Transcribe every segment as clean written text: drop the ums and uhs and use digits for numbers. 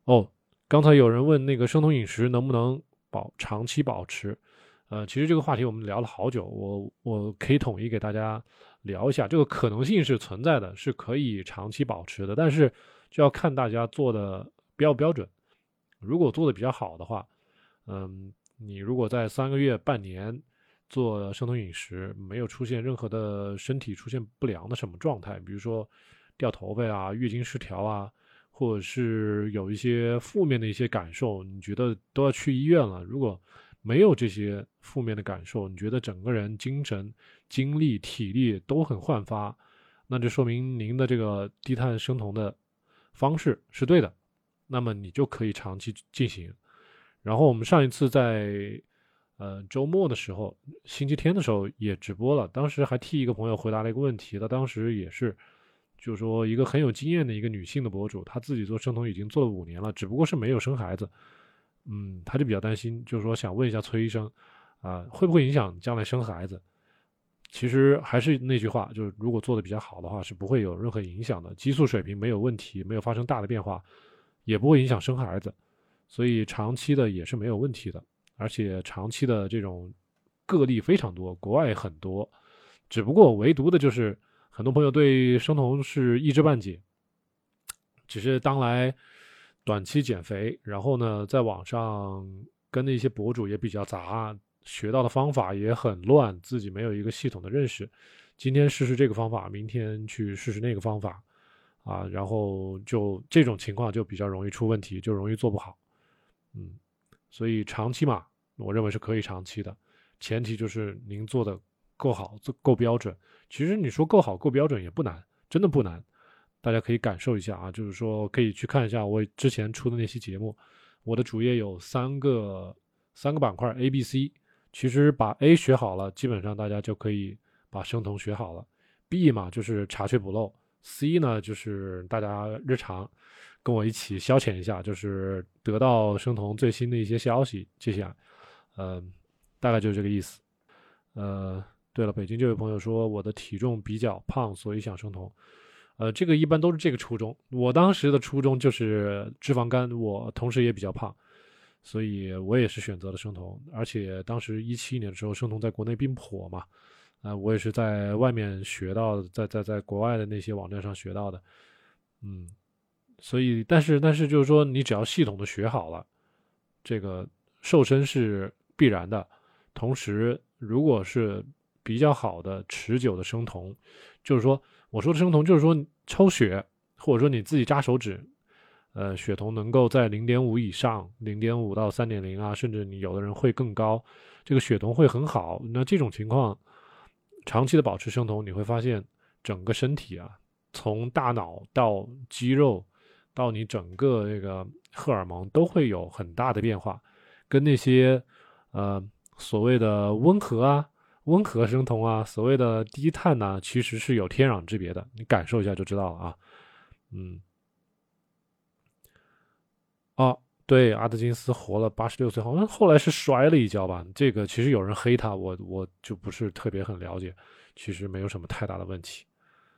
哦，刚才有人问那个生酮饮食能不能长期保持，其实这个话题我们聊了好久，我可以统一给大家聊一下，这个可能性是存在的，是可以长期保持的，但是就要看大家做的标准。如果做的比较好的话，你如果在3个月、半年做生酮饮食，没有出现任何的身体出现不良的什么状态，比如说掉头发啊、月经失调啊，或者是有一些负面的一些感受，你觉得都要去医院了。如果没有这些负面的感受，你觉得整个人精神、精力、体力都很焕发，那就说明您的这个低碳生酮的方式是对的，那么你就可以长期进行。然后我们上一次在周末的时候，星期天的时候也直播了，当时还替一个朋友回答了一个问题，他当时也是，就是说一个很有经验的一个女性的博主，她自己做生酮已经做了5年了，只不过是没有生孩子，她就比较担心，就是说想问一下崔医生，会不会影响将来生孩子？其实还是那句话，就是如果做的比较好的话，是不会有任何影响的，激素水平没有问题，没有发生大的变化，也不会影响生孩子，所以长期的也是没有问题的。而且长期的这种个例非常多，国外也很多，只不过唯独的就是很多朋友对生酮是一知半解，只是当来短期减肥，然后呢，在网上跟那些博主也比较杂，学到的方法也很乱，自己没有一个系统的认识。今天试试这个方法，明天去试试那个方法，然后就这种情况就比较容易出问题，就容易做不好。嗯，所以长期嘛，我认为是可以长期的，前提就是您做的够好，够标准。其实你说够好、够标准也不难，真的不难。大家可以感受一下啊，就是说可以去看一下我之前出的那期节目。我的主页有三个板块 A、B、C，其实把 A 学好了，基本上大家就可以把生酮学好了。B 嘛就是查缺补漏，C 呢就是大家日常跟我一起消遣一下，就是得到生酮最新的一些消息，这些，呃，大概就是这个意思。对了，北京这位朋友说我的体重比较胖，所以想生酮。这个一般都是这个初衷。我当时的初衷就是脂肪肝，我同时也比较胖，所以我也是选择了生酮。而且当时17年的时候，生酮在国内并不火嘛，我也是在外面学到的，在国外的那些网站上学到的，嗯，所以但是就是说，你只要系统的学好了，这个瘦身是必然的。同时，如果是比较好的持久的生酮，就是说我说的生酮，就是说抽血或者说你自己扎手指，血酮能够在0.5以上，0.5到3.0啊，甚至你有的人会更高，这个血酮会很好。那这种情况，长期的保持生酮，你会发现整个身体啊，从大脑到肌肉到你整个这个荷尔蒙都会有很大的变化，跟那些呃所谓的温和生酮啊，所谓的低碳呢、其实是有天壤之别的，你感受一下就知道了啊。嗯，哦，对，阿德金斯活了86岁，好像后来是摔了一跤吧。这个其实有人黑他，我就不是特别很了解，其实没有什么太大的问题。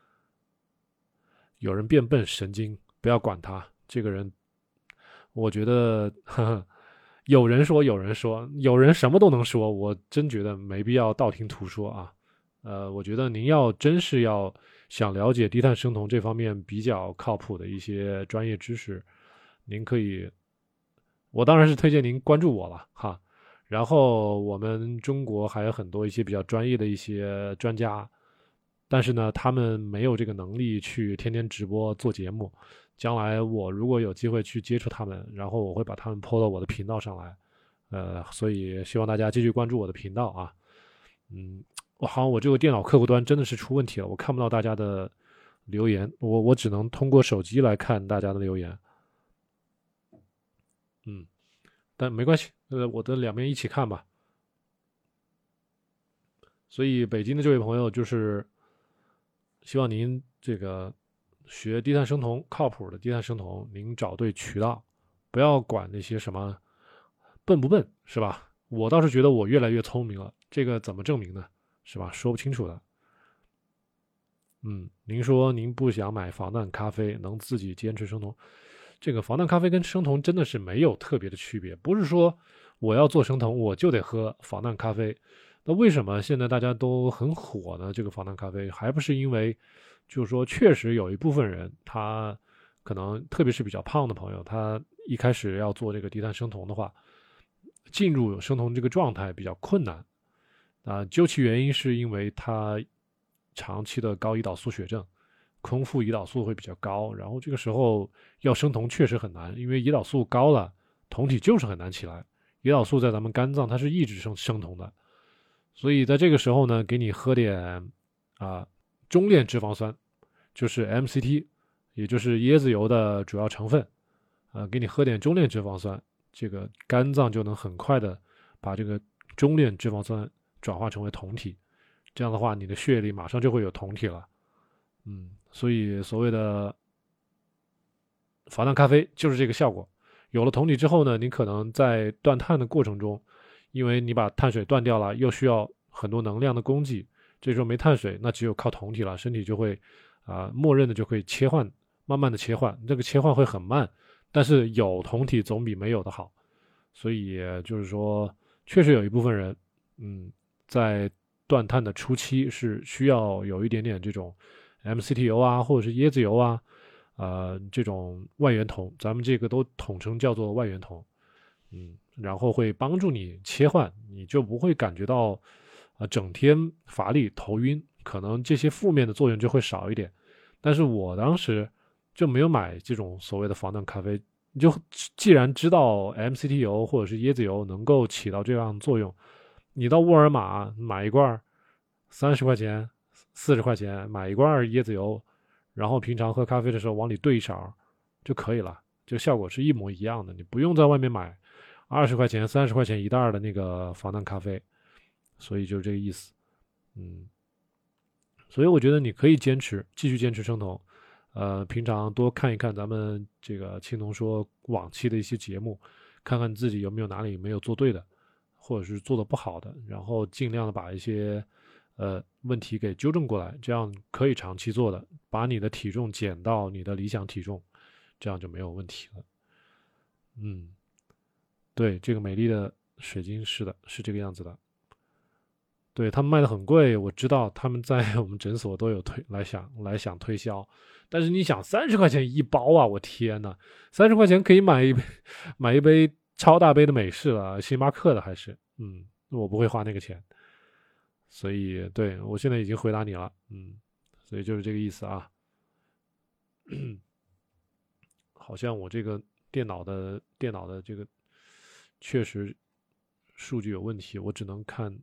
有人变笨神经，不要管他。这个人，我觉得，呵呵，有人说，有人说，有人什么都能说，我真觉得没必要道听途说啊。我觉得您要真是要想了解低碳生酮这方面比较靠谱的一些专业知识，您可以，我当然是推荐您关注我了哈。然后我们中国还有很多一些比较专业的一些专家，但是呢，他们没有这个能力去天天直播做节目。将来我如果有机会去接触他们，然后我会把他们 PO 到我的频道上来。所以希望大家继续关注我的频道啊。嗯，我这个电脑客户端真的是出问题了，我看不到大家的留言，我只能通过手机来看大家的留言。嗯，但没关系，我的两边一起看吧。所以北京的这位朋友就是希望您这个学低碳生酮靠谱的低碳生酮，您找对渠道，不要管那些什么笨不笨，是吧？我倒是觉得我越来越聪明了，这个怎么证明呢？是吧？说不清楚的。您说您不想买防弹咖啡，能自己坚持生酮， 这个防弹咖啡跟生酮真的是没有特别的区别，不是说我要做生酮我就得喝防弹咖啡。那为什么现在大家都很火呢？这个防弹咖啡还不是因为，就是说确实有一部分人他可能特别是比较胖的朋友，他一开始要做这个低碳生酮的话，进入生酮这个状态比较困难究其原因是因为他长期的高胰岛素血症，空腹胰岛素会比较高，然后这个时候要生酮确实很难，因为胰岛素高了，酮体就是很难起来。胰岛素在咱们肝脏它是抑制生酮的，所以在这个时候呢，给你喝点中链脂肪酸，就是 MCT， 也就是椰子油的主要成分给你喝点中链脂肪酸，这个肝脏就能很快的把这个中链脂肪酸转化成为酮体，这样的话你的血液里马上就会有酮体了。所以所谓的防弹咖啡就是这个效果。有了酮体之后呢，你可能在断碳的过程中，因为你把碳水断掉了，又需要很多能量的供给，这时候没碳水，那只有靠酮体了，身体就会默认的就会切换，慢慢的切换，这个切换会很慢，但是有酮体总比没有的好。所以就是说，确实有一部分人，在断碳的初期是需要有一点点这种 MCT 油或者是椰子油这种外源酮，咱们这个都统称叫做外源酮，然后会帮助你切换，你就不会感觉到整天乏力、头晕，可能这些负面的作用就会少一点。但是我当时就没有买这种所谓的防弹咖啡，你就既然知道 MCT 油或者是椰子油能够起到这样的作用，你到沃尔玛买一罐30块钱、40块钱买一罐椰子油，然后平常喝咖啡的时候往里兑一勺就可以了，这个效果是一模一样的，你不用在外面买20块钱、30块钱一袋的那个防弹咖啡。所以就是这个意思。所以我觉得你可以继续坚持生酮，平常多看一看咱们这个青农说往期的一些节目，看看自己有没有哪里没有做对的，或者是做的不好的，然后尽量的把一些问题给纠正过来，这样可以长期做的，把你的体重减到你的理想体重，这样就没有问题了。对，这个美丽的水晶是的，是这个样子的。对，他们卖的很贵，我知道他们在我们诊所都有想推销，但是你想30块钱一包我天呐，30块钱可以买一杯超大杯的美式了，星巴克的还是，我不会花那个钱。所以对，我现在已经回答你了，所以就是这个意思啊。好像我这个电脑的这个确实数据有问题，我只能看。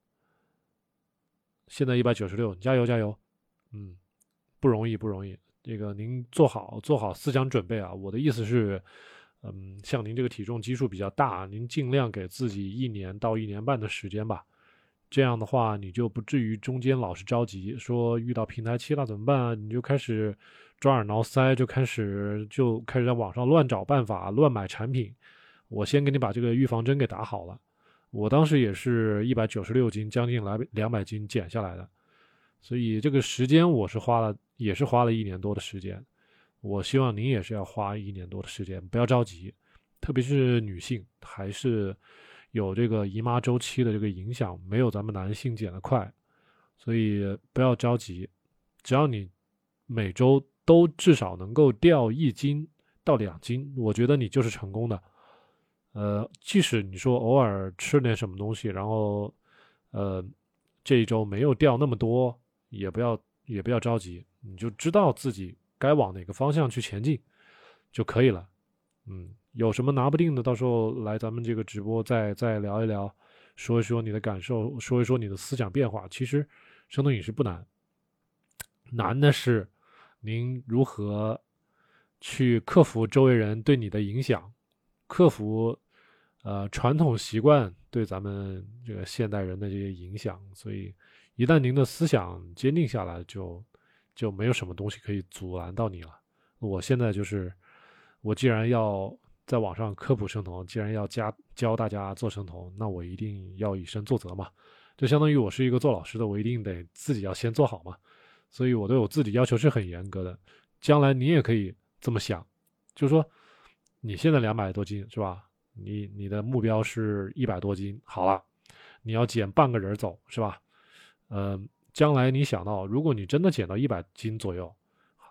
现在196，加油加油，不容易不容易。这个您做好思想准备啊。我的意思是，像您这个体重基数比较大，您尽量给自己1年到1年半的时间吧。这样的话，你就不至于中间老是着急，说遇到平台期了怎么办你就开始抓耳挠腮，就开始在网上乱找办法，乱买产品。我先给你把这个预防针给打好了。我当时也是196斤，将近200斤减下来的，所以这个时间也是花了1年多的时间。我希望您也是要花1年多的时间，不要着急，特别是女性还是有这个姨妈周期的这个影响，没有咱们男性减得快，所以不要着急，只要你每周都至少能够掉1斤到2斤，我觉得你就是成功的。即使你说偶尔吃点什么东西，然后这一周没有掉那么多，也不要着急，你就知道自己该往哪个方向去前进就可以了。有什么拿不定的，到时候来咱们这个直播再聊一聊，说一说你的感受，说一说你的思想变化。其实生酮饮食不难，难的是您如何去克服周围人对你的影响，克服传统习惯对咱们这个现代人的这些影响。所以一旦您的思想坚定下来，就没有什么东西可以阻拦到你了。我现在就是我既然要在网上科普生酮，既然要教大家做生酮，那我一定要以身作则嘛，就相当于我是一个做老师的，我一定得自己要先做好嘛。所以我对我自己要求是很严格的，将来你也可以这么想，就是说你现在200多斤是吧？你的目标是100多斤，好了，你要减半个人走是吧？将来你想到，如果你真的减到100斤左右，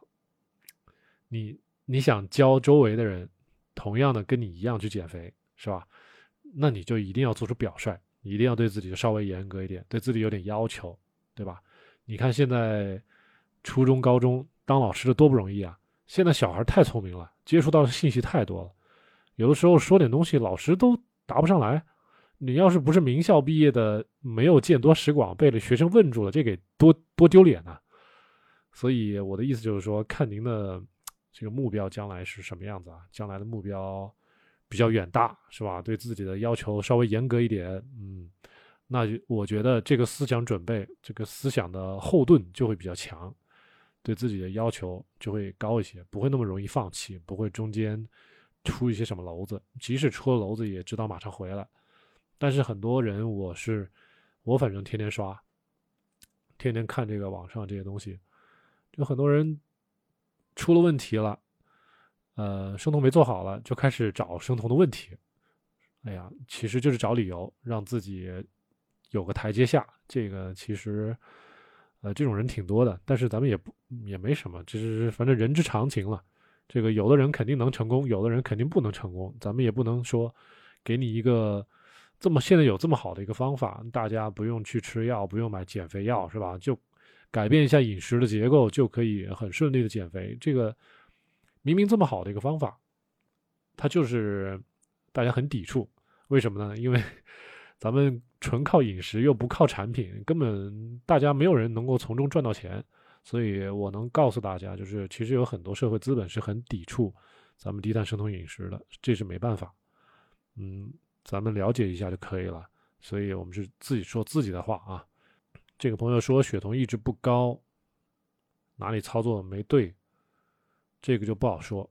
你想教周围的人同样的跟你一样去减肥是吧？那你就一定要做出表率，你一定要对自己稍微严格一点，对自己有点要求，对吧？你看现在初中、高中当老师的多不容易啊！现在小孩太聪明了，接触到的信息太多了，有的时候说点东西，老师都答不上来。你要是不是名校毕业的，没有见多识广，被了学生问住了，这给多丢脸啊！所以我的意思就是说，看您的这个目标将来是什么样子啊？将来的目标比较远大，是吧？对自己的要求稍微严格一点，那我觉得这个思想准备，这个思想的后盾就会比较强，对自己的要求就会高一些，不会那么容易放弃，不会中间出一些什么篓子，即使出了篓子也知道马上回来。但是很多人，我反正天天刷，天天看这个网上这些东西，就很多人出了问题了，生酮没做好了，就开始找生酮的问题。哎呀，其实就是找理由让自己有个台阶下。这个其实，这种人挺多的，但是咱们也没什么，就是反正人之常情了。这个有的人肯定能成功，有的人肯定不能成功，咱们也不能说给你一个现在有这么好的一个方法，大家不用去吃药，不用买减肥药，是吧？就改变一下饮食的结构，就可以很顺利的减肥。这个明明这么好的一个方法，它就是大家很抵触。为什么呢？因为咱们纯靠饮食又不靠产品，根本大家没有人能够从中赚到钱。所以我能告诉大家，就是其实有很多社会资本是很抵触咱们低碳生酮饮食的，这是没办法。咱们了解一下就可以了。所以我们是自己说自己的话啊。这个朋友说血酮一直不高，哪里操作没对，这个就不好说，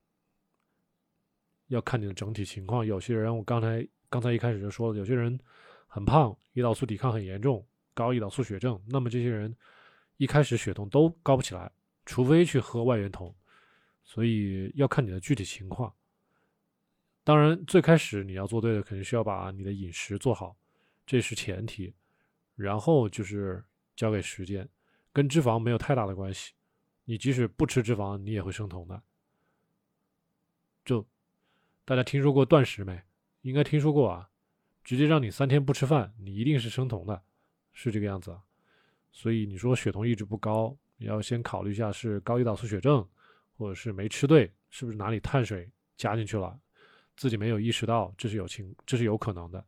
要看你的整体情况。有些人我刚才一开始就说了，有些人很胖，胰岛素抵抗很严重，高胰岛素血症，那么这些人一开始血酮都高不起来，除非去喝外源酮。所以要看你的具体情况。当然最开始你要做对的肯定是要把你的饮食做好，这是前提，然后就是交给时间，跟脂肪没有太大的关系。你即使不吃脂肪，你也会生酮的。就大家听说过断食没？应该听说过啊。直接让你3天不吃饭，你一定是生酮的，是这个样子啊。所以你说血酮一直不高，你要先考虑一下是高胰岛素血症，或者是没吃对，是不是哪里碳水加进去了，自己没有意识到，这是有可能的。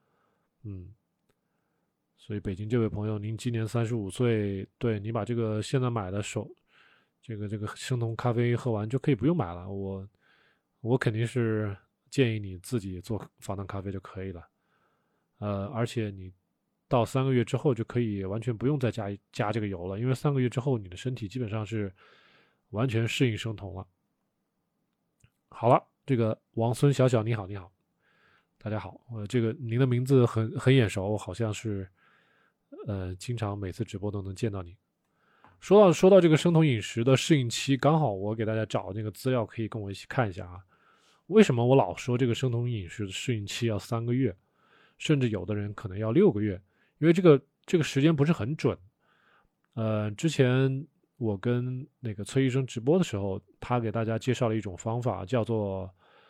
所以北京这位朋友，您今年35岁，对，你把这个现在买的这个生酮咖啡喝完就可以不用买了。我肯定是建议你自己做防弹咖啡就可以了。而且你到3个月之后就可以完全不用再加这个油了，因为3个月之后你的身体基本上是完全适应生酮了。好了，这个王孙小小你好，大家好，这个您的名字很眼熟，好像是经常每次直播都能见到你。说到这个生酮饮食的适应期，刚好我给大家找那个资料，可以跟我一起看一下啊。为什么我老说这个生酮饮食的适应期要3个月，甚至有的人可能要6个月？因为这个时间不是很准。之前我跟那个崔医生直播的时候，他给大家介绍了一种方法，叫做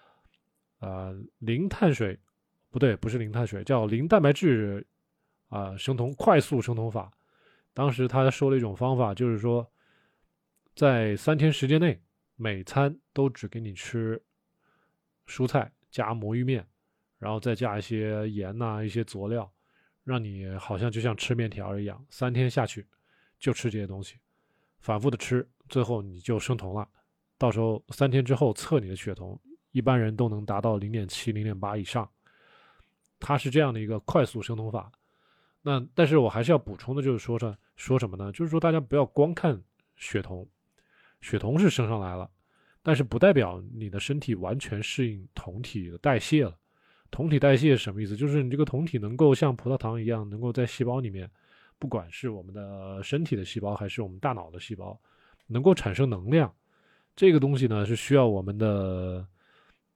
零碳水，不对，不是零碳水，叫零蛋白质快速生酮法。当时他说了一种方法，就是说在3天时间内，每餐都只给你吃蔬菜加魔芋面，然后再加一些盐一些佐料，让你好像就像吃面条一样，3天下去就吃这些东西，反复的吃，最后你就生酮了。到时候3天之后测你的血酮，一般人都能达到0.7、0.8以上。它是这样的一个快速生酮法。但是我还是要补充的，就是说什么呢？就是说大家不要光看血酮，血酮是升上来了，但是不代表你的身体完全适应酮体的代谢了。酮体代谢是什么意思？就是你这个酮体能够像葡萄糖一样，能够在细胞里面，不管是我们的身体的细胞还是我们大脑的细胞，能够产生能量。这个东西呢是需要我们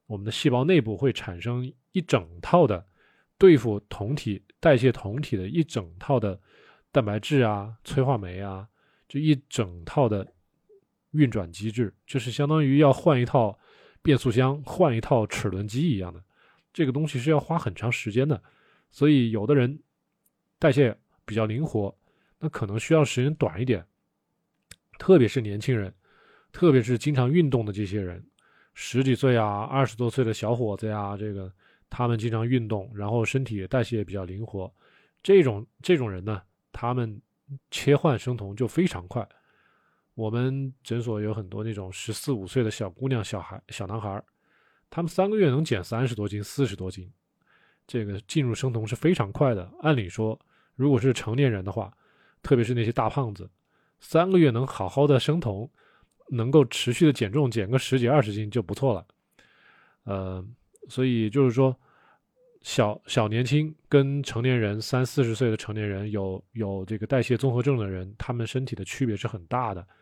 我们的细胞内部会产生一整套的对付酮体、代谢酮体的一整套的蛋白质啊、催化酶啊，就一整套的运转机制，就是相当于要换一套变速箱、换一套齿轮机一样的。这个东西是要花很长时间的，所以有的人代谢比较灵活，那可能需要时间短一点，特别是年轻人，特别是经常运动的这些人，10几岁啊、20多岁的小伙子呀，这个他们经常运动，然后身体代谢也比较灵活，这种人呢，他们切换生酮就非常快。我们诊所有很多那种14、15岁的小姑娘、小男孩，他们3个月能减30多斤、40多斤，这个进入生酮是非常快的。按理说，如果是成年人的话，特别是那些大胖子，3个月能好好的生酮，能够持续的减重，减个10几20斤就不错了。所以就是说，小年轻跟成年人30、40岁的成年人有这个代谢综合症的人，他们身体的区别是很大的。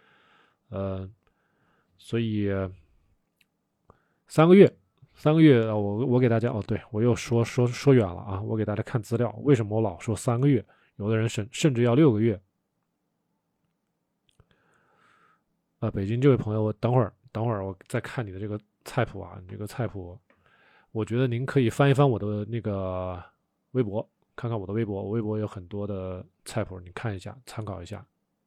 所以3个月，我给大家对，我又说远了啊！我给大家看资料，为什么我老说3个月？有的人甚至要6个月。北京这位朋友，我等会儿我再看你的这个菜谱啊，你这个菜谱，我觉得您可以翻一翻我的那个微博，看看我的微博，我微博有很多的菜谱，你看一下，参考一下。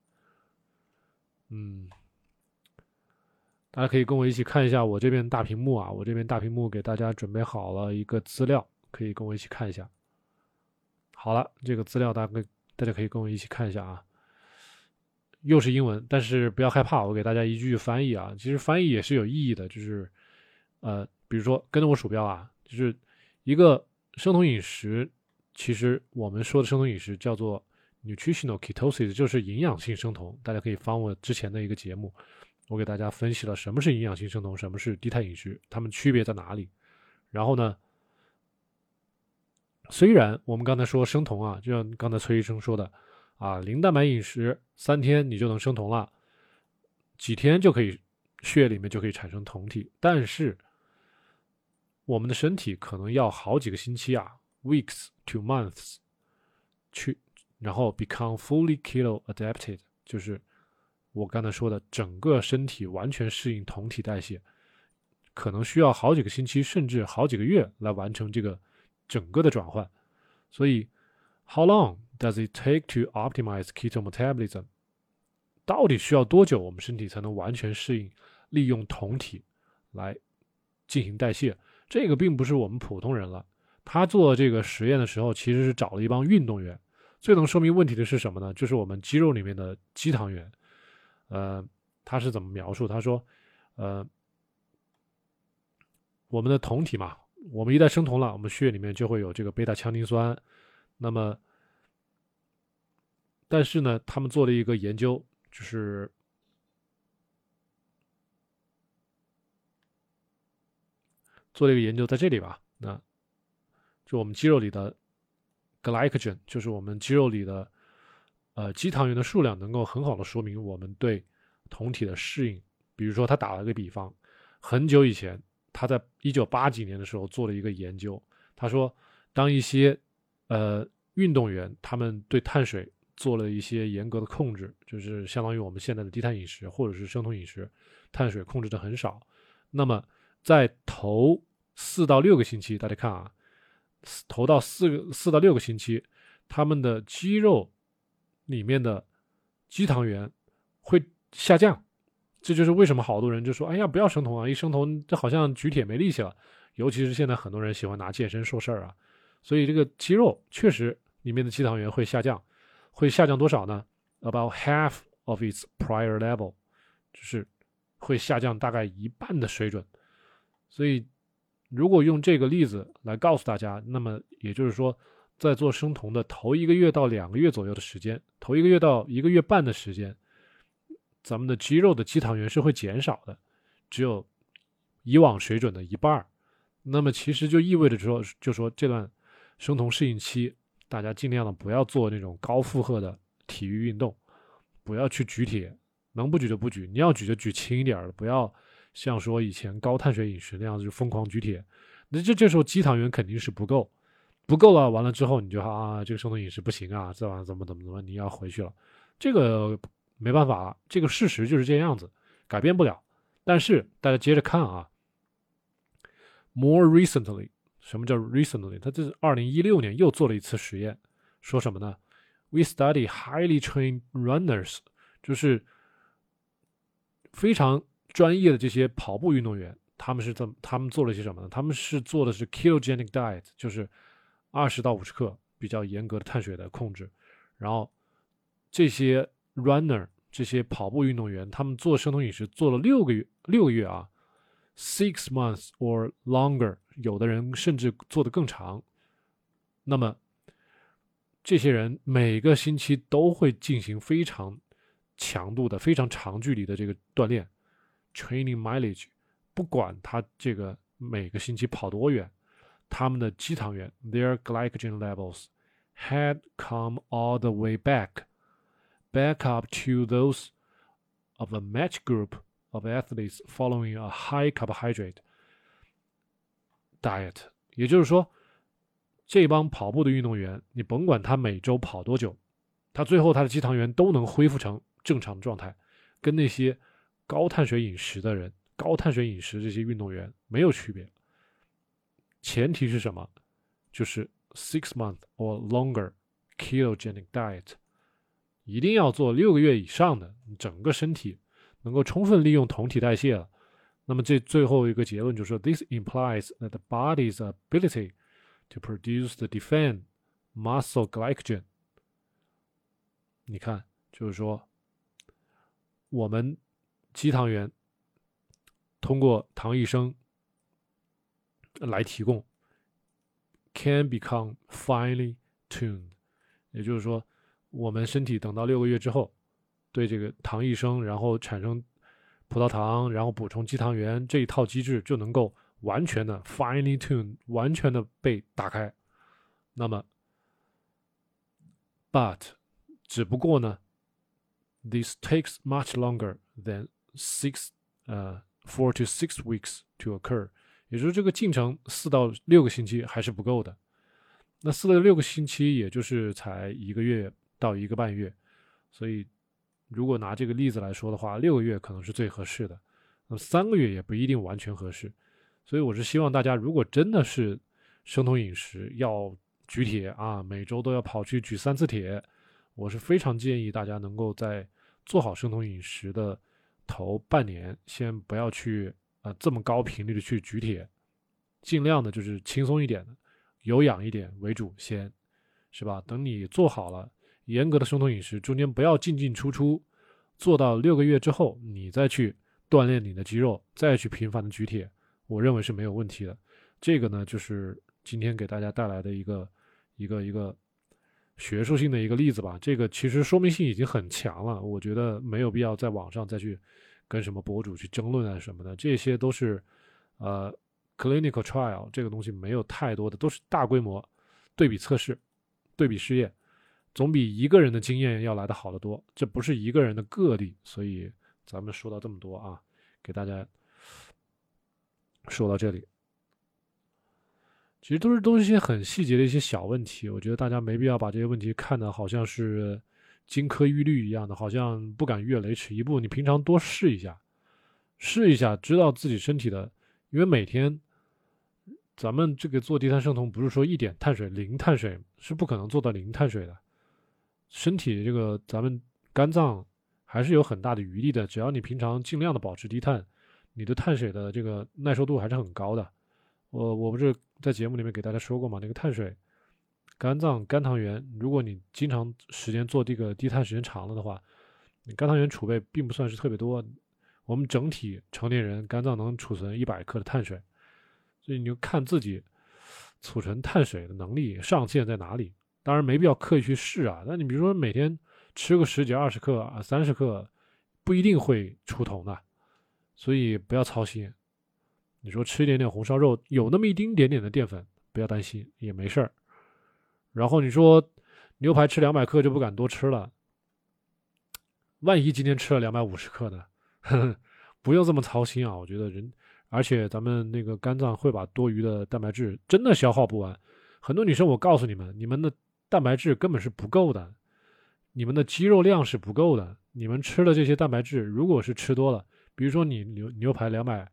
大家可以跟我一起看一下我这边大屏幕啊，我这边大屏幕给大家准备好了一个资料，可以跟我一起看一下。好了，这个资料大家可以跟我一起看一下啊。又是英文，但是不要害怕，我给大家一句翻译啊。其实翻译也是有意义的，就是比如说跟着我鼠标啊，就是一个生酮饮食，其实我们说的生酮饮食叫做 nutritional ketosis， 就是营养性生酮。大家可以翻我之前的一个节目，我给大家分析了什么是营养性生酮，什么是低碳饮食，它们区别在哪里。然后呢，虽然我们刚才说生酮啊，就像刚才崔医生说的啊，零蛋白饮食3天你就能生酮了，几天就可以血里面就可以产生酮体，但是我们的身体可能要好几个星期啊 ，weeks to months 然后 become fully keto adapted， 就是我刚才说的整个身体完全适应酮体代谢，可能需要好几个星期甚至好几个月来完成这个整个的转换。所以 how long does it take to optimize keto metabolism？ 到底需要多久我们身体才能完全适应利用酮体来进行代谢？这个并不是我们普通人了。他做这个实验的时候其实是找了一帮运动员。最能说明问题的是什么呢？就是我们肌肉里面的肌糖原。他是怎么描述？他说我们的酮体嘛，我们一旦生酮了，我们血里面就会有这个贝塔羟丁酸。那么但是呢，他们做了一个研究，就是做了一个研究在这里吧，那就我们肌肉里的 glycogen， 就是我们肌肉里的肌糖原的数量，能够很好的说明我们对酮体的适应。比如说他打了个比方，很久以前他在1980几年的时候做了一个研究，他说当一些运动员他们对碳水做了一些严格的控制，就是相当于我们现在的低碳饮食或者是生酮饮食，碳水控制的很少，那么在头4到6个星期，大家看啊，头到4到6个星期，他们的肌肉里面的肌糖原会下降。这就是为什么好多人就说，哎呀，不要生酮啊，一生酮这好像举铁没力气了，尤其是现在很多人喜欢拿健身说事儿啊。所以这个肌肉确实里面的肌糖原会下降，会下降多少呢？ About half of its prior level， 就是会下降大概1半的水准。所以如果用这个例子来告诉大家，那么也就是说，在做生酮的头1个月到2个月左右的时间，头1个月到1个月半的时间，咱们的肌肉的肌糖原是会减少的，只有以往水准的1半。那么其实就意味着说这段生酮适应期，大家尽量的不要做那种高负荷的体育运动，不要去举铁，能不举就不举，你要举就举轻一点的，不要像说以前高碳水饮食那样子就疯狂举铁，那这时候肌糖原肯定是不够，不够了，完了之后你就这个生酮饮食不行啊，这玩意怎么你要回去了，这个没办法，这个事实就是这样子，改变不了。但是大家接着看啊 ，more recently， 什么叫 recently？ 他这是2016年又做了一次实验，说什么呢 ？We study highly trained runners， 就是非常专业的这些跑步运动员，他们做了些什么呢？他们做的是 ketogenic diet， 就是20到50克比较严格的碳水的控制，然后这些 runner 这些跑步运动员，他们做生酮饮食做了6个月啊 ，6 months or longer， 有的人甚至做得更长。那么这些人每个星期都会进行非常强度的、非常长距离的这个锻炼 ，training mileage， 不管他这个每个星期跑多远，他们的肌糖原 their glycogen levels had come all the way back up to those of a match group of athletes following a high carbohydrate diet。也就是说，这帮跑步的运动员，你甭管他每周跑多久，他最后他的肌糖原都能恢复成正常的状态，跟那些高碳水饮食的人、高碳水饮食这些运动员没有区别。前提是什么？就是 6 month or longer ketogenic diet， 一定要做6个月以上的，整个身体能够充分利用酮体代谢了。那么这最后一个结论就是说 ，this implies that the body's ability to produce the defend muscle glycogen。你看，就是说，我们肌糖原通过糖益生来提供 ，can become finely tuned， 也就是说，我们身体等到6个月之后，对这个糖益生，然后产生葡萄糖，然后补充肌糖原这一套机制就能够完全的 finely tuned， 完全的被打开。那么 ，but 只不过呢 ，this takes much longer than 4 to 6 weeks to occur， 也就是这个进程4到6个星期还是不够的。那4到6个星期，也就是才1个月到1个半月，所以如果拿这个例子来说的话，6个月可能是最合适的，那么3个月也不一定完全合适。所以我是希望大家，如果真的是生酮饮食要举铁啊，每周都要跑去举3次铁，我是非常建议大家能够在做好生酮饮食的头半年，先不要去这么高频率的去举铁，尽量的就是轻松一点的，有氧一点为主先，是吧？等你做好了严格的生酮饮食，中间不要进进出出，做到6个月之后，你再去锻炼你的肌肉，再去频繁的举铁，我认为是没有问题的。这个呢，就是今天给大家带来的一个学术性的一个例子吧。这个其实说明性已经很强了，我觉得没有必要在网上再去跟什么博主去争论啊什么的，这些都是clinical trial 这个东西没有太多的，都是大规模对比测试、对比试验，总比一个人的经验要来得好得多。这不是一个人的个例，所以咱们说到这么多啊，给大家说到这里。其实都是一些很细节的一些小问题，我觉得大家没必要把这些问题看得好像是金科玉律一样的，好像不敢越雷池一步。你平常多试一下，知道自己身体的，因为每天咱们这个做低碳生酮不是说1点碳水0碳水，是不可能做到0碳水的。身体这个咱们肝脏还是有很大的余力的，只要你平常尽量的保持低碳，你的碳水的这个耐受度还是很高的。我不是在节目里面给大家说过吗？那个碳水，肝脏肝糖原，如果你经常时间做这个低碳时间长了的话，你肝糖原储备并不算是特别多。我们整体成年人肝脏能储存100克的碳水，所以你就看自己储存碳水的能力上限在哪里。当然没必要刻意去试啊，但你比如说每天吃个10几20克啊30克，不一定会出酮的，所以不要操心。你说吃一点点红烧肉，有那么一丁点点的淀粉，不要担心，也没事儿。然后你说牛排吃200克就不敢多吃了，万一今天吃了250克呢？ 不用这么操心啊。我觉得而且咱们那个肝脏会把多余的蛋白质真的消耗不完。很多女生，我告诉你们，你们的蛋白质根本是不够的，你们的肌肉量是不够的。你们吃的这些蛋白质，如果是吃多了，比如说你牛排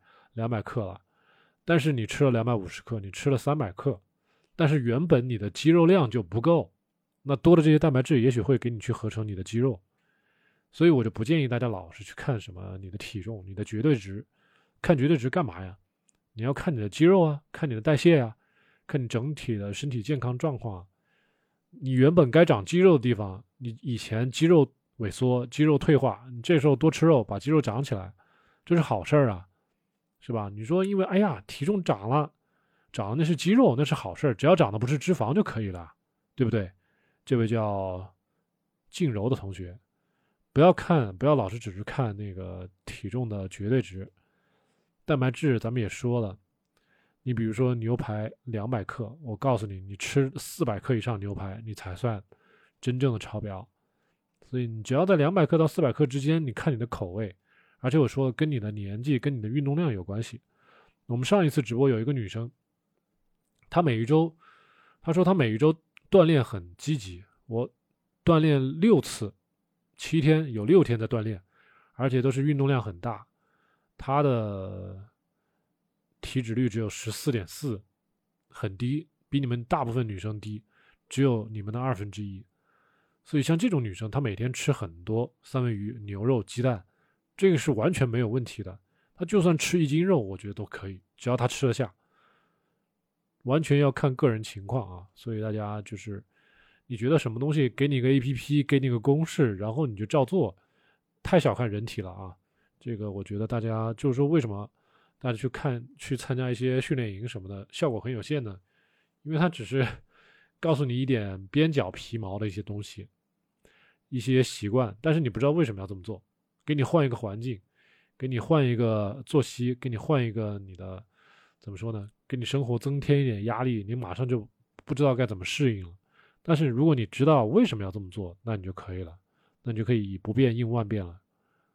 200克了，但是你吃了250克，你吃了300克，但是原本你的肌肉量就不够，那多的这些蛋白质也许会给你去合成你的肌肉。所以我就不建议大家老是去看什么你的体重、你的绝对值，看绝对值干嘛呀？你要看你的肌肉啊，看你的代谢啊，看你整体的身体健康状况啊。你原本该长肌肉的地方，你以前肌肉萎缩、肌肉退化，你这时候多吃肉，把肌肉长起来，这是好事儿啊，是吧？你说因为哎呀体重长了，长的那是肌肉，那是好事儿，只要长的不是脂肪就可以了，对不对？这位叫静柔的同学，不要老是只是看那个体重的绝对值，蛋白质咱们也说了，你比如说牛排200克，我告诉你，你吃400克以上牛排，你才算真正的超标。所以你只要在200克到400克之间，你看你的口味，而且我说跟你的年纪、跟你的运动量有关系。我们上一次直播有一个女生，她说她每一周锻炼很积极，我锻炼6次，7天有6天在锻炼，而且都是运动量很大。她的体脂率只有14.4，很低，比你们大部分女生低，只有你们的1/2。所以像这种女生，她每天吃很多三文鱼、牛肉、鸡蛋，这个是完全没有问题的。她就算吃1斤肉，我觉得都可以，只要她吃得下。完全要看个人情况啊。所以大家就是，你觉得什么东西给你个 APP，给你个公式，然后你就照做，太小看人体了啊。这个我觉得大家就是说，为什么大家去参加一些训练营什么的，效果很有限呢？因为它只是告诉你一点边角皮毛的一些东西，一些习惯，但是你不知道为什么要这么做。给你换一个环境，给你换一个作息，给你换一个你的怎么说呢？给你生活增添一点压力，你马上就不知道该怎么适应了。但是如果你知道为什么要这么做，那你就可以了，那你就可以以不变应万变了。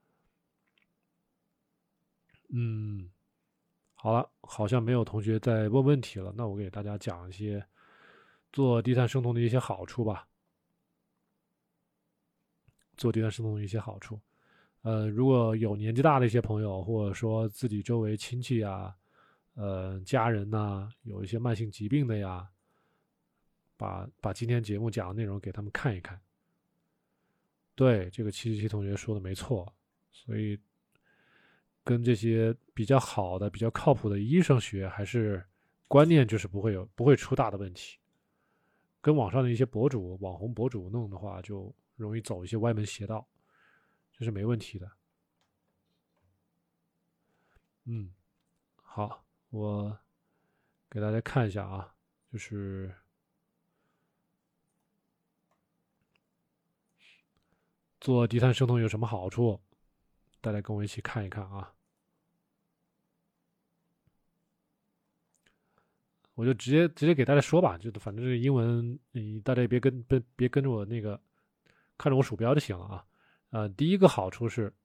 好了，好像没有同学在问问题了，那我给大家讲一些做低碳生酮的一些好处吧。做低碳生酮的一些好处，如果有年纪大的一些朋友，或者说自己周围亲戚啊，家人呐、有一些慢性疾病的呀，把今天节目讲的内容给他们看一看。对，这个777同学说的没错，所以跟这些比较好的、比较靠谱的医生学，还是观念就是不会出大的问题。跟网上的一些网红博主弄的话，就容易走一些歪门邪道，这是没问题的。好，我给大家看一下啊，就是做低碳生酮有什么好处，大家跟我一起看一看啊。我就直接给大家说吧，就反正这个英文，大家也别跟着我那个看着我鼠标就行了啊。第一个好处是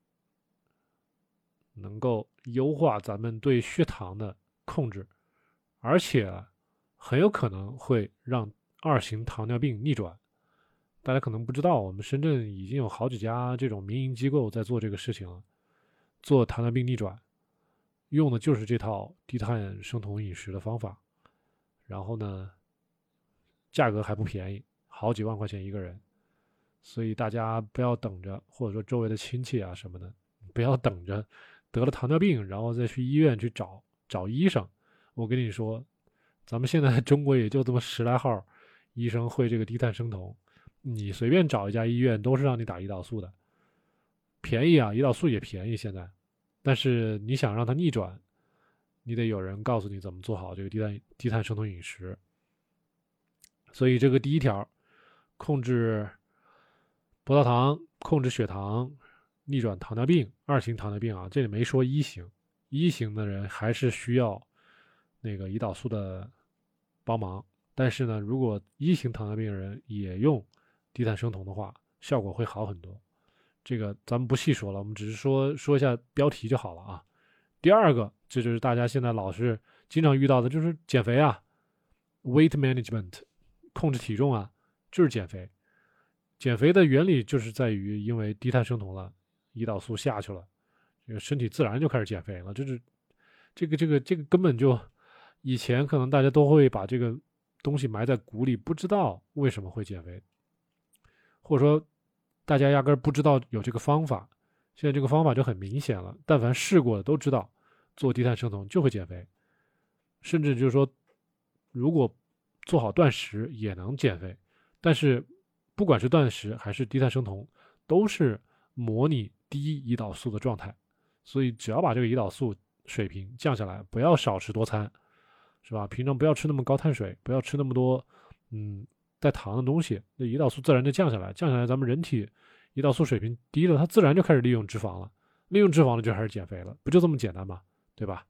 能够优化咱们对血糖的控制，而且很有可能会让2型糖尿病逆转。大家可能不知道，我们深圳已经有好几家这种民营机构在做这个事情了，做糖尿病逆转，用的就是这套低碳生酮饮食的方法。然后呢，价格还不便宜，好几万块钱一个人。所以大家不要等着，或者说周围的亲戚啊什么的，不要等着得了糖尿病，然后再去医院去找医生。我跟你说，咱们现在中国也就这么10来号医生会这个低碳生酮，你随便找一家医院都是让你打胰岛素的，便宜啊，胰岛素也便宜现在。但是你想让它逆转，你得有人告诉你怎么做好这个低碳生酮饮食。所以这个第一条，控制葡萄糖，控制血糖，逆转糖尿病，2型糖尿病啊，这里没说1型，1型的人还是需要那个胰岛素的帮忙。但是呢，如果1型糖尿病的人也用低碳生酮的话，效果会好很多。 这个咱们不细说了，我们只是说一下标题就好了啊。第二个，这就是大家现在老是经常遇到的，就是减肥啊，weight management，控制体重啊，就是减肥。减肥的原理就是在于，因为低碳生酮了，胰岛素下去了，这个身体自然就开始减肥了。这个根本就以前可能大家都会把这个东西埋在鼓里，不知道为什么会减肥，或者说大家压根儿不知道有这个方法。现在这个方法就很明显了，但凡试过的都知道，做低碳生酮就会减肥，甚至就是说，如果做好断食也能减肥。但是不管是断食还是低碳生酮，都是模拟低胰岛素的状态，所以只要把这个胰岛素水平降下来，不要少吃多餐，是吧？平常不要吃那么高碳水，不要吃那么多带糖的东西，那胰岛素自然就降下来。降下来，咱们人体胰岛素水平低了，它自然就开始利用脂肪了，利用脂肪了就开始减肥了，不就这么简单吗？对吧？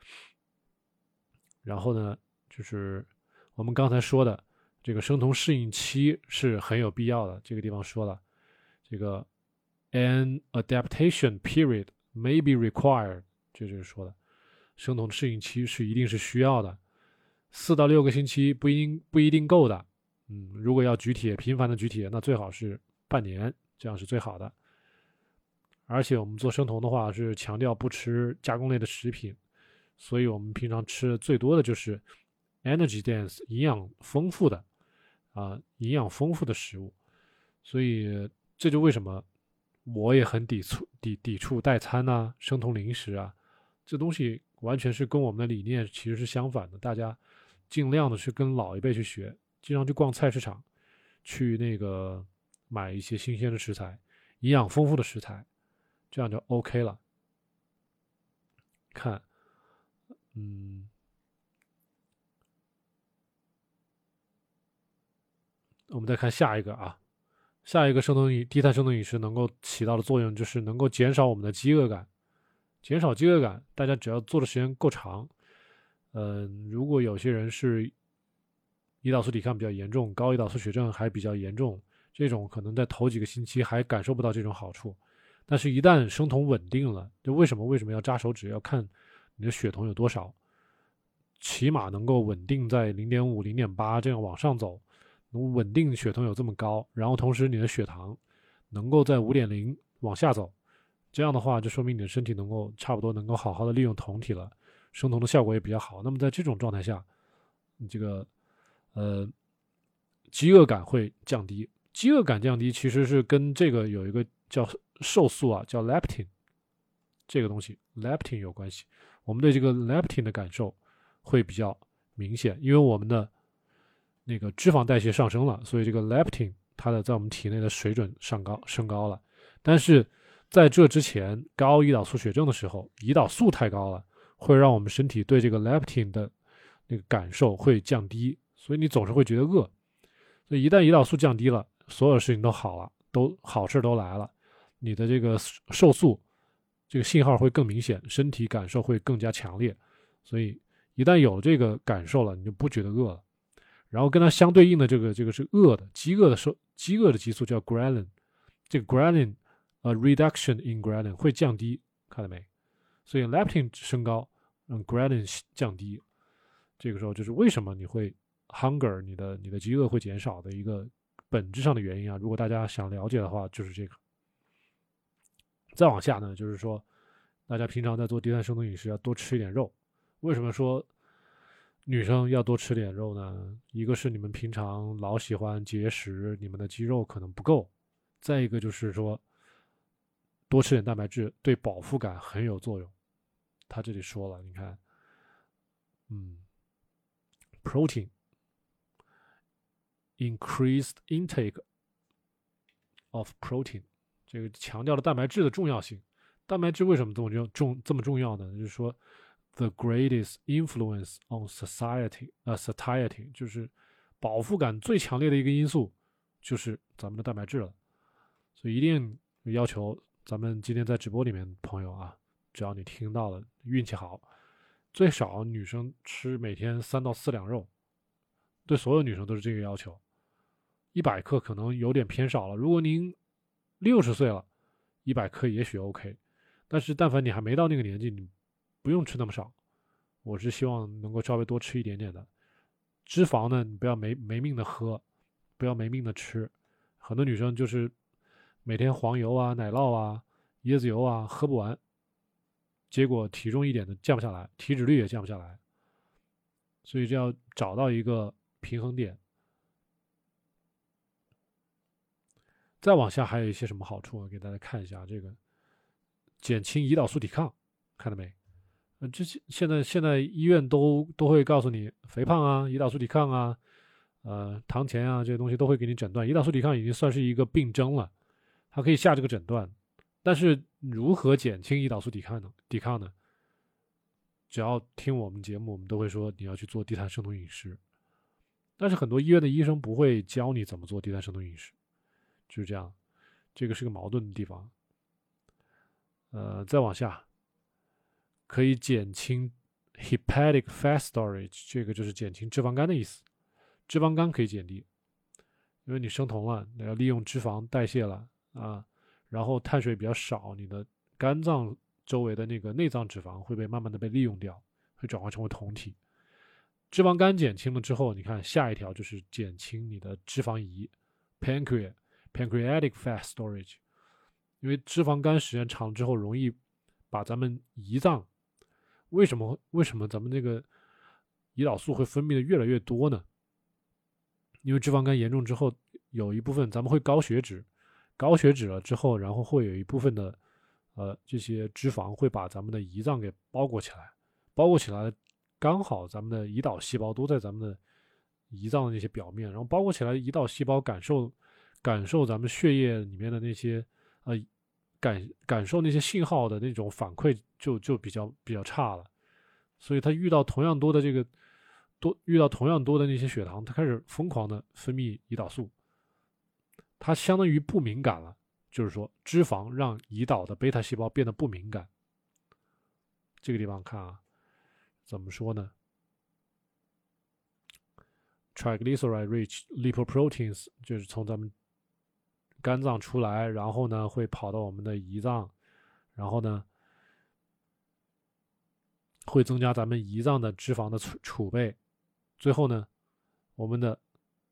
然后呢，就是我们刚才说的这个生酮适应期是很有必要的。这个地方说了，这个 an adaptation period may be required， 这就是说的，生酮适应期是一定是需要的，4到6个星期不一定够的。如果要举铁，频繁的举铁，那最好是半年，这样是最好的。而且我们做生酮的话是强调不吃加工类的食品，所以我们平常吃的最多的就是 energy dense 营养丰富的食物。所以这就为什么我也很抵触代餐啊、生酮零食啊，这东西完全是跟我们的理念其实是相反的。大家尽量的是跟老一辈去学，经常去逛菜市场，去那个买一些新鲜的食材，营养丰富的食材，这样就 OK 了。看，我们再看下一个啊，下一个低碳生酮饮食能够起到的作用就是能够减少我们的饥饿感。减少饥饿感，大家只要做的时间够长，如果有些人是胰岛素抵抗比较严重，高胰岛素血症还比较严重，这种可能在头几个星期还感受不到这种好处，但是一旦生酮稳定了，就为什么要扎手指，要看你的血酮有多少，起码能够稳定在0.5、0.8这样往上走，稳定血酮有这么高，然后同时你的血糖能够在5.0往下走，这样的话就说明你的身体差不多能够好好的利用酮体了，生酮的效果也比较好。那么在这种状态下，这个饥饿感会降低。饥饿感降低其实是跟这个有一个叫瘦素啊，叫 leptin 这个东西 leptin 有关系。我们对这个 leptin 的感受会比较明显，因为我们的那个脂肪代谢上升了，所以这个 leptin 它的在我们体内的水准升高了。但是在这之前，高胰岛素血症的时候，胰岛素太高了，会让我们身体对这个 leptin 的那个感受会降低，所以你总是会觉得饿。所以一旦胰岛素降低了，所有事情都好了，好事都来了，你的这个瘦素这个信号会更明显，身体感受会更加强烈。所以一旦有这个感受了，你就不觉得饿了。然后跟它相对应的这个是饿的，饥饿的激素叫 ghrelin， 这个 ghrelin reduction in ghrelin 会降低，看到没？所以 leptin 升高，让 ghrelin 降低。这个时候就是为什么你会 hunger， 你的饥饿会减少的一个本质上的原因啊。如果大家想了解的话，就是这个。再往下呢，就是说大家平常在做低碳生酮饮食要多吃一点肉。为什么说女生要多吃点肉呢？一个是你们平常老喜欢节食，你们的肌肉可能不够；再一个就是说多吃点蛋白质对饱腹感很有作用。他这里说了，你看，protein increased intake of protein， 这个强调了蛋白质的重要性。蛋白质为什么这么重要呢？就是说 the greatest influence on satiety， 就是饱腹感最强烈的一个因素就是咱们的蛋白质了。所以一定要求咱们今天在直播里面的朋友啊，只要你听到了，运气好，最少女生吃每天3到4两肉，对所有女生都是这个要求。100克可能有点偏少了，如果您60岁了， 100克也许 OK，但是但凡你还没到那个年纪，你不用吃那么少。我是希望能够稍微多吃一点点的。脂肪呢，你不要没命的喝，不要没命的吃。很多女生就是每天黄油啊、奶酪啊、椰子油啊喝不完，结果体重一点的降不下来，体脂率也降不下来。所以就要找到一个平衡点。再往下还有一些什么好处？给大家看一下这个减轻胰岛素抵抗，看到没？这些现在医院都会告诉你，肥胖啊、胰岛素抵抗啊、糖前啊这些东西都会给你诊断。胰岛素抵抗已经算是一个病症了，它可以下这个诊断。但是如何减轻胰岛素抵抗呢？只要听我们节目，我们都会说你要去做低碳生酮饮食。但是很多医院的医生不会教你怎么做低碳生酮饮食，就是这样，这个是个矛盾的地方。再往下，可以减轻 hepatic fat storage， 这个就是减轻脂肪肝的意思。脂肪肝可以减低，因为你生酮了，你要利用脂肪代谢了啊，然后碳水比较少，你的肝脏周围的那个内脏脂肪会被慢慢的被利用掉，会转化成为酮体。脂肪肝减轻了之后，你看下一条就是减轻你的脂肪胰 pancreatic fat storage， 因为脂肪肝时间长之后容易把咱们胰脏，为什么咱们这个胰岛素会分泌的越来越多呢？因为脂肪肝严重之后，有一部分咱们会高血脂了之后，然后会有一部分的这些脂肪会把咱们的胰脏给包裹起来，刚好咱们的胰岛细胞都在咱们的胰脏的那些表面，然后包裹起来，胰岛细胞感受咱们血液里面的那些感受那些信号的那种反馈就比较差了，所以它遇到同样多的那些血糖，它开始疯狂的分泌胰岛素，它相当于不敏感了，就是说脂肪让胰岛的贝塔细胞变得不敏感。这个地方看啊，怎么说呢？ triglyceride rich lipoproteins 就是从咱们肝脏出来，然后呢会跑到我们的胰脏，然后呢会增加咱们胰脏的脂肪的储备，最后呢我们的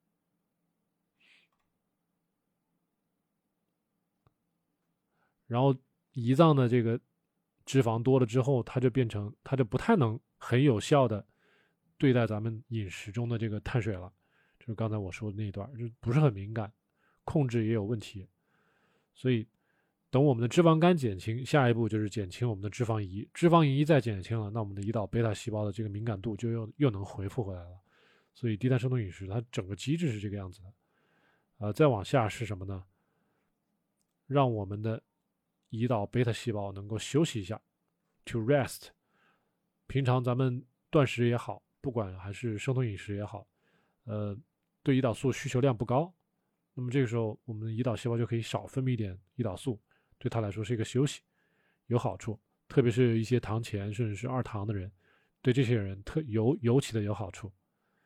然后胰脏的这个脂肪多了之后，它就不太能很有效的对待咱们饮食中的这个碳水了，就是刚才我说的那一段，就不是很敏感，控制也有问题。所以等我们的脂肪肝减轻，下一步就是减轻我们的脂肪胰，脂肪胰再减轻了，那我们的胰岛贝塔细胞的这个敏感度就又能恢复回来了。所以低碳生酮饮食它整个机制是这个样子的。再往下是什么呢？让我们的胰岛贝塔细胞能够休息一下 ，to rest。平常咱们断食也好，不管还是生酮饮食也好，对胰岛素需求量不高，那么这个时候我们的胰岛细胞就可以少分泌一点胰岛素，对它来说是一个休息，有好处。特别是一些糖前甚至是二糖的人，对这些人尤其的有好处。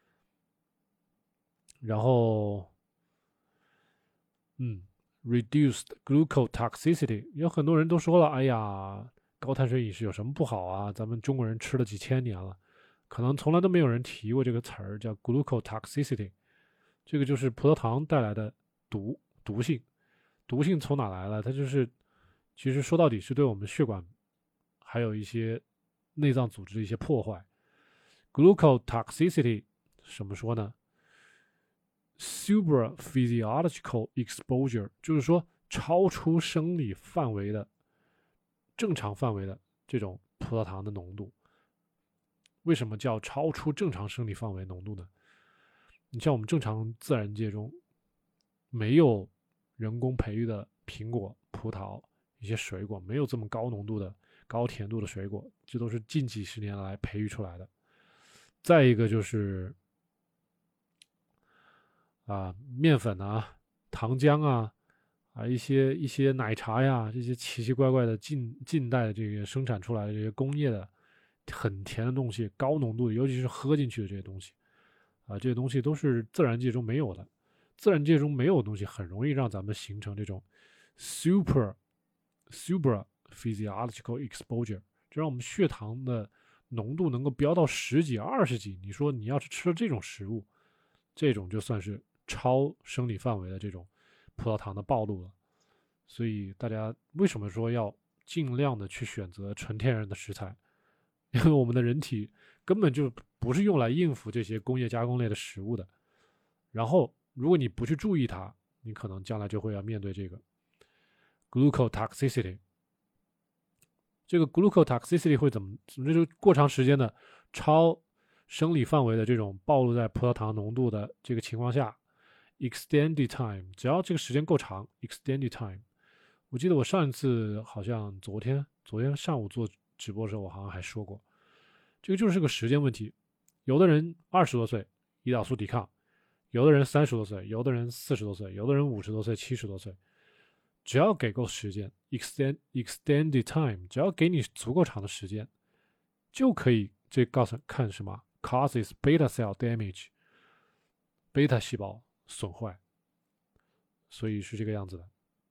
然后reduced glucose toxicity， 有很多人都说了，哎呀，高碳水饮食有什么不好啊？咱们中国人吃了几千年了，可能从来都没有人提过这个词儿，叫 glucose toxicity。这个就是葡萄糖带来的毒性。毒性从哪来了？它就是其实说到底是对我们血管还有一些内脏组织的一些破坏。glucose toxicity 怎么说呢？supraphysiological exposure 就是说超出生理范围的正常范围的这种葡萄糖的浓度。为什么叫超出正常生理范围浓度呢？你像我们正常自然界中没有人工培育的苹果、葡萄一些水果，没有这么高浓度的高甜度的水果，这都是近几十年来培育出来的。再一个就是面粉啊、糖浆啊、一些奶茶呀，这些奇奇怪怪的近代的这个生产出来的这些工业的很甜的东西，高浓度的，尤其是喝进去的这些东西这些东西都是自然界中没有的。自然界中没有的东西很容易让咱们形成这种 super supraphysiological exposure，就让我们血糖的浓度能够飙到10几、20几。你说你要是吃了这种食物，这种就算是超生理范围的这种葡萄糖的暴露了。所以大家为什么说要尽量的去选择纯天然的食材？因为我们的人体根本就不是用来应付这些工业加工类的食物的。然后如果你不去注意它，你可能将来就会要面对这个 glucose toxicity。这个 glucose toxicity 会怎么？就是过长时间的超生理范围的这种暴露在葡萄糖浓度的这个情况下 ，extended time， 只要这个时间够长 ，extended time。我记得我上一次好像昨天上午做直播的时候，我好像还说过，这个就是个时间问题。有的人20多岁胰岛素抵抗，有的人30多岁，有的人40多岁，有的人50多岁、70多岁，只要给够时间 extended time， 只要给你足够长的时间，就可以这告诉看什么 causes beta cell damage， 贝塔细胞损坏，所以是这个样子的。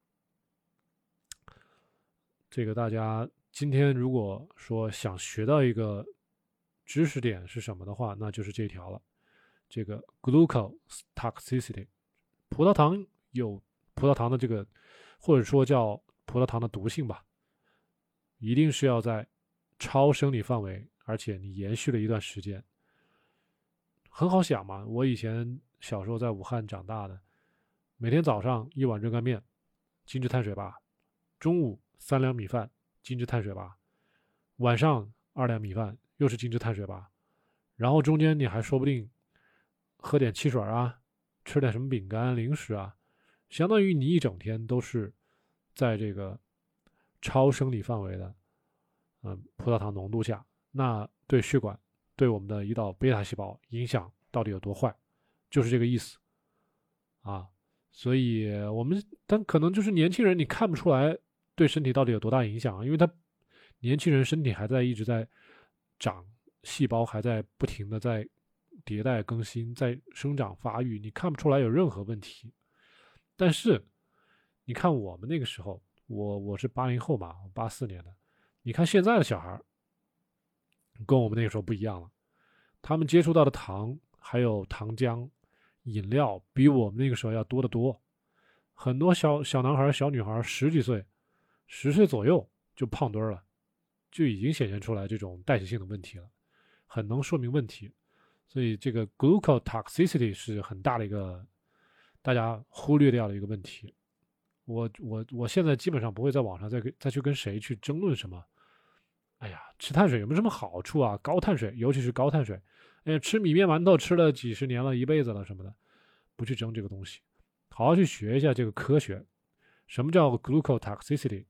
这个大家今天如果说想学到一个知识点是什么的话，那就是这条了。这个 glucose toxicity， 葡萄糖有葡萄糖的这个，或者说叫葡萄糖的毒性吧，一定是要在超生理范围，而且你延续了一段时间。很好想嘛，我以前小时候在武汉长大的，每天早上1碗热干面，精致碳水吧；中午3两米饭，精致碳水吧；晚上2两米饭，又是精致碳水吧。然后中间你还说不定喝点汽水啊，吃点什么饼干、零食啊，相当于你一整天都是在这个超生理范围的葡萄糖浓度下，那对血管、对我们的胰岛贝塔细胞影响到底有多坏，就是这个意思啊。所以但可能就是年轻人你看不出来对身体到底有多大影响，因为他年轻人身体还在一直在长，细胞还在不停的在迭代更新，在生长发育，你看不出来有任何问题。但是你看我们那个时候，我是80后嘛，我84年的，你看现在的小孩跟我们那个时候不一样了，他们接触到的糖还有糖浆饮料比我们那个时候要多得多。很多小男孩小女孩10几岁10岁左右就胖墩了，就已经显现出来这种代谢性的问题了，很能说明问题。所以这个 glucose toxicity 是很大的一个大家忽略掉的一个问题。我现在基本上不会在网上再去跟谁去争论什么，哎呀，吃碳水有没有什么好处啊？高碳水，尤其是高碳水，哎，吃米面馒头吃了几十年了，一辈子了什么的，不去争这个东西，好好去学一下这个科学，什么叫 glucose toxicity。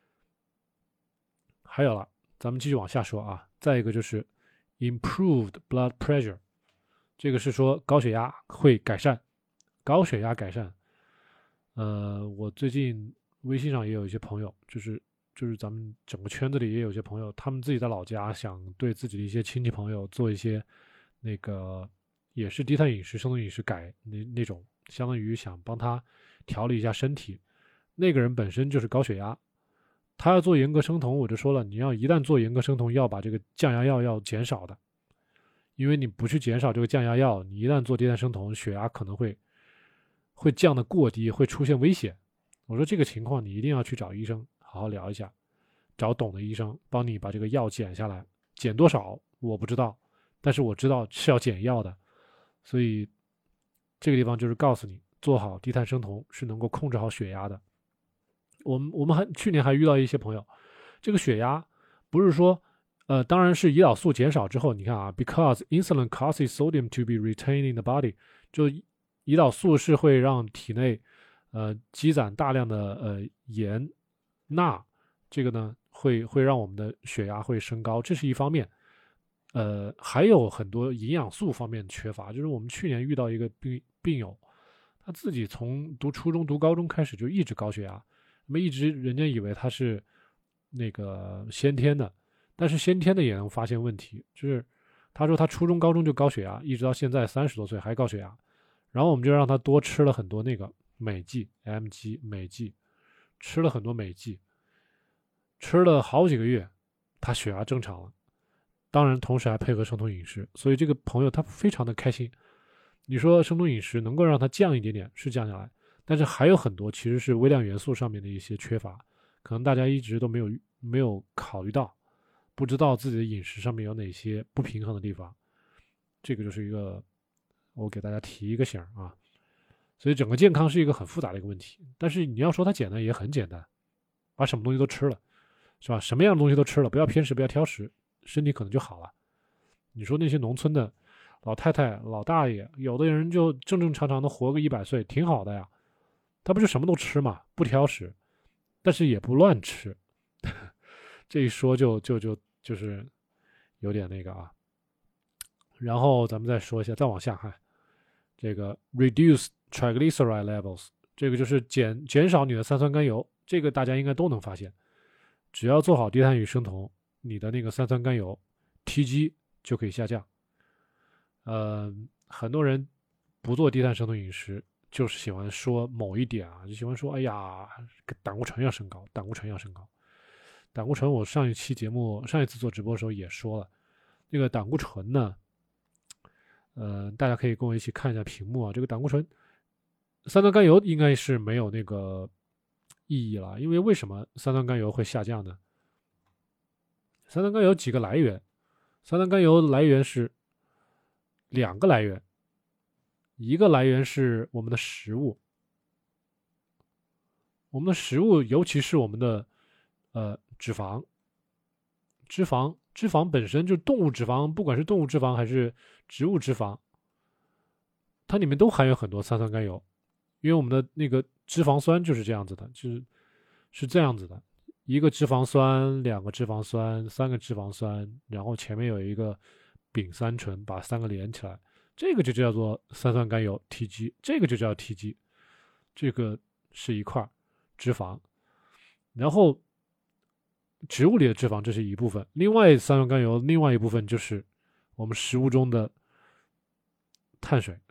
还有了，咱们继续往下说啊。再一个就是 improved blood pressure， 这个是说高血压会改善，高血压改善。我最近微信上也有一些朋友，就是咱们整个圈子里也有一些朋友，他们自己在老家想对自己的一些亲戚朋友做一些那个也是低碳饮食、生酮饮食改那种，相当于想帮他调理一下身体。那个人本身就是高血压，他要做严格生酮，我就说了，你要一旦做严格生酮，要把这个降压药要减少的，因为你不去减少这个降压药，你一旦做低碳生酮，血压可能会降得过低，会出现危险。我说这个情况你一定要去找医生好好聊一下，找懂的医生帮你把这个药减下来，减多少我不知道，但是我知道是要减药的。所以这个地方就是告诉你，做好低碳生酮是能够控制好血压的。我们去年还遇到一些朋友，这个血压不是说当然是胰岛素减少之后，你看啊 ，because insulin causes sodium to be retained in the body， 就胰岛素是会让体内积攒大量的盐钠，这个呢会让我们的血压会升高，这是一方面。还有很多营养素方面缺乏，就是我们去年遇到一个病友，他自己从读初中读高中开始就一直高血压，那么一直人家以为他是那个先天的，但是先天的也能发现问题，就是他说他初中高中就高血压，一直到现在30多岁还高血压。然后我们就让他多吃了很多那个镁剂 MG 镁剂，吃了很多镁剂， 吃了好几个月，他血压正常了，当然同时还配合生酮饮食，所以这个朋友他非常的开心。你说生酮饮食能够让他降一点点，是降下来，但是还有很多其实是微量元素上面的一些缺乏，可能大家一直都没有考虑到，不知道自己的饮食上面有哪些不平衡的地方。这个就是一个我给大家提一个醒啊。所以整个健康是一个很复杂的一个问题，但是你要说它简单也很简单，把什么东西都吃了，是吧？什么样的东西都吃了，不要偏食，不要挑食，身体可能就好了。你说那些农村的老太太、老大爷，有的人就正正常常的活个100岁，挺好的呀。他不就什么都吃嘛，不挑食，但是也不乱吃。这一说就是有点那个啊。然后咱们再说一下，再往下看，这个 reduce triglyceride levels， 这个就是减少你的三酸甘油，这个大家应该都能发现，只要做好低碳与生酮，你的那个三酸甘油 TG 就可以下降。很多人不做低碳生酮饮食，就是喜欢说某一点啊，就喜欢说，哎呀，胆固醇要升高，胆固醇要升高。胆固醇，我上一次做直播的时候也说了，那个胆固醇呢，大家可以跟我一起看一下屏幕啊，这个胆固醇，三酸甘油应该是没有那个意义了，因为为什么三酸甘油会下降呢？三酸甘油几个来源？三酸甘油来源是2个来源，一个来源是我们的食物，尤其是我们的脂肪，脂肪本身就是动物脂肪，不管是动物脂肪还是植物脂肪，它里面都含有很多三酸甘油，因为我们的那个脂肪酸就是这样子的，是这样子的，一个脂肪酸，2个脂肪酸，3个脂肪酸，然后前面有一个丙三醇把3个连起来，这个就叫做三酸甘油 TG， 这个就叫 TG， 这个是一块脂肪，然后植物里的脂肪这是一部分，另外三酸甘油另外一部分就是我们食物中的碳水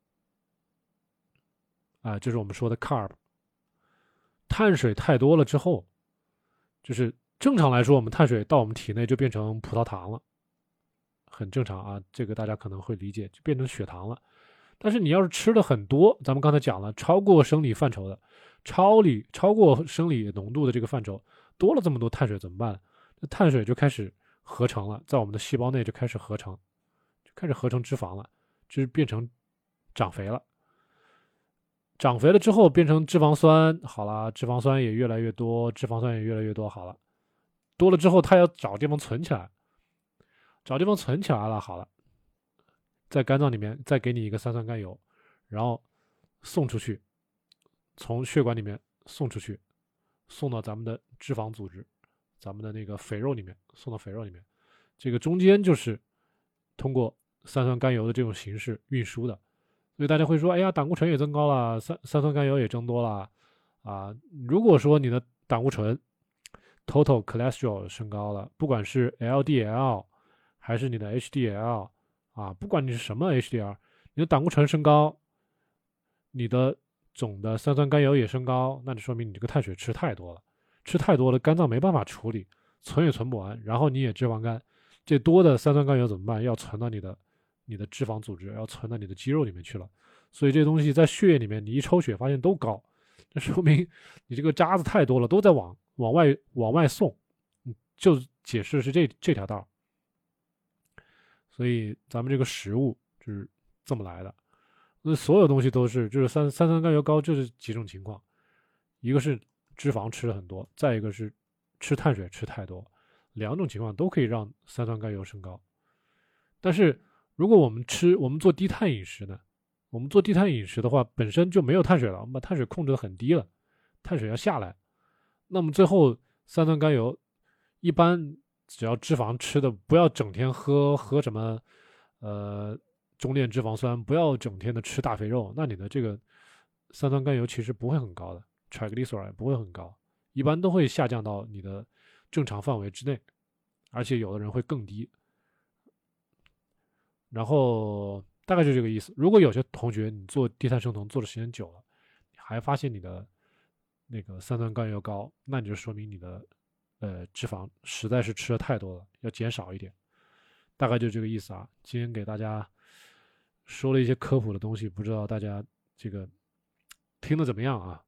啊，就是我们说的 carb。碳水太多了之后，就是正常来说，我们碳水到我们体内就变成葡萄糖了，很正常啊，这个大家可能会理解，就变成血糖了。但是你要是吃的很多，咱们刚才讲了，超过生理范畴的，超过生理浓度的这个范畴，多了这么多碳水怎么办？那碳水就开始合成了，在我们的细胞内就开始合成，就开始合成脂肪了，就是变成长肥了。长肥了之后变成脂肪酸，好了，脂肪酸也越来越多，好了，多了之后它要找地方存起来，了，好了，在肝脏里面再给你一个三酸甘油，然后送出去，从血管里面送出去，送到咱们的脂肪组织，咱们的那个肥肉里面，送到肥肉里面，这个中间就是通过三酸甘油的这种形式运输的。所以大家会说，哎呀，胆固醇也增高了，三酸甘油也增多了啊。如果说你的胆固醇 total cholesterol 升高了，不管是 LDL 还是你的 HDL 啊，不管你是什么 HDL， 你的胆固醇升高，你的总的三酸甘油也升高，那就说明你这个碳水吃太多了，肝脏没办法处理，存也存不完，然后你也脂肪肝，这多的三酸甘油怎么办？要存到你的脂肪组织，要存到你的肌肉里面去了。所以这东西在血液里面，你一抽血发现都高，这说明你这个渣子太多了，都在往外送，就解释是这条道。所以咱们这个食物就是这么来的。那所有东西都是，就是三酸甘油高，就是几种情况，一个是脂肪吃的很多，再一个是吃碳水吃太多，两种情况都可以让三酸甘油升高。但是如果我们做低碳饮食呢？我们做低碳饮食的话，本身就没有碳水了，我们把碳水控制的很低了，碳水要下来，那么最后三酸甘油一般只要脂肪吃的不要整天喝什么中链脂肪酸，不要整天的吃大肥肉，那你的这个三酸甘油其实不会很高的 triglyceride 不会很高，一般都会下降到你的正常范围之内，而且有的人会更低。然后大概就这个意思。如果有些同学你做低碳生酮做的时间久了，你还发现你的那个三酸甘油高，那你就说明你的脂肪实在是吃的太多了，要减少一点，大概就这个意思啊。今天给大家说了一些科普的东西，不知道大家这个听得怎么样啊？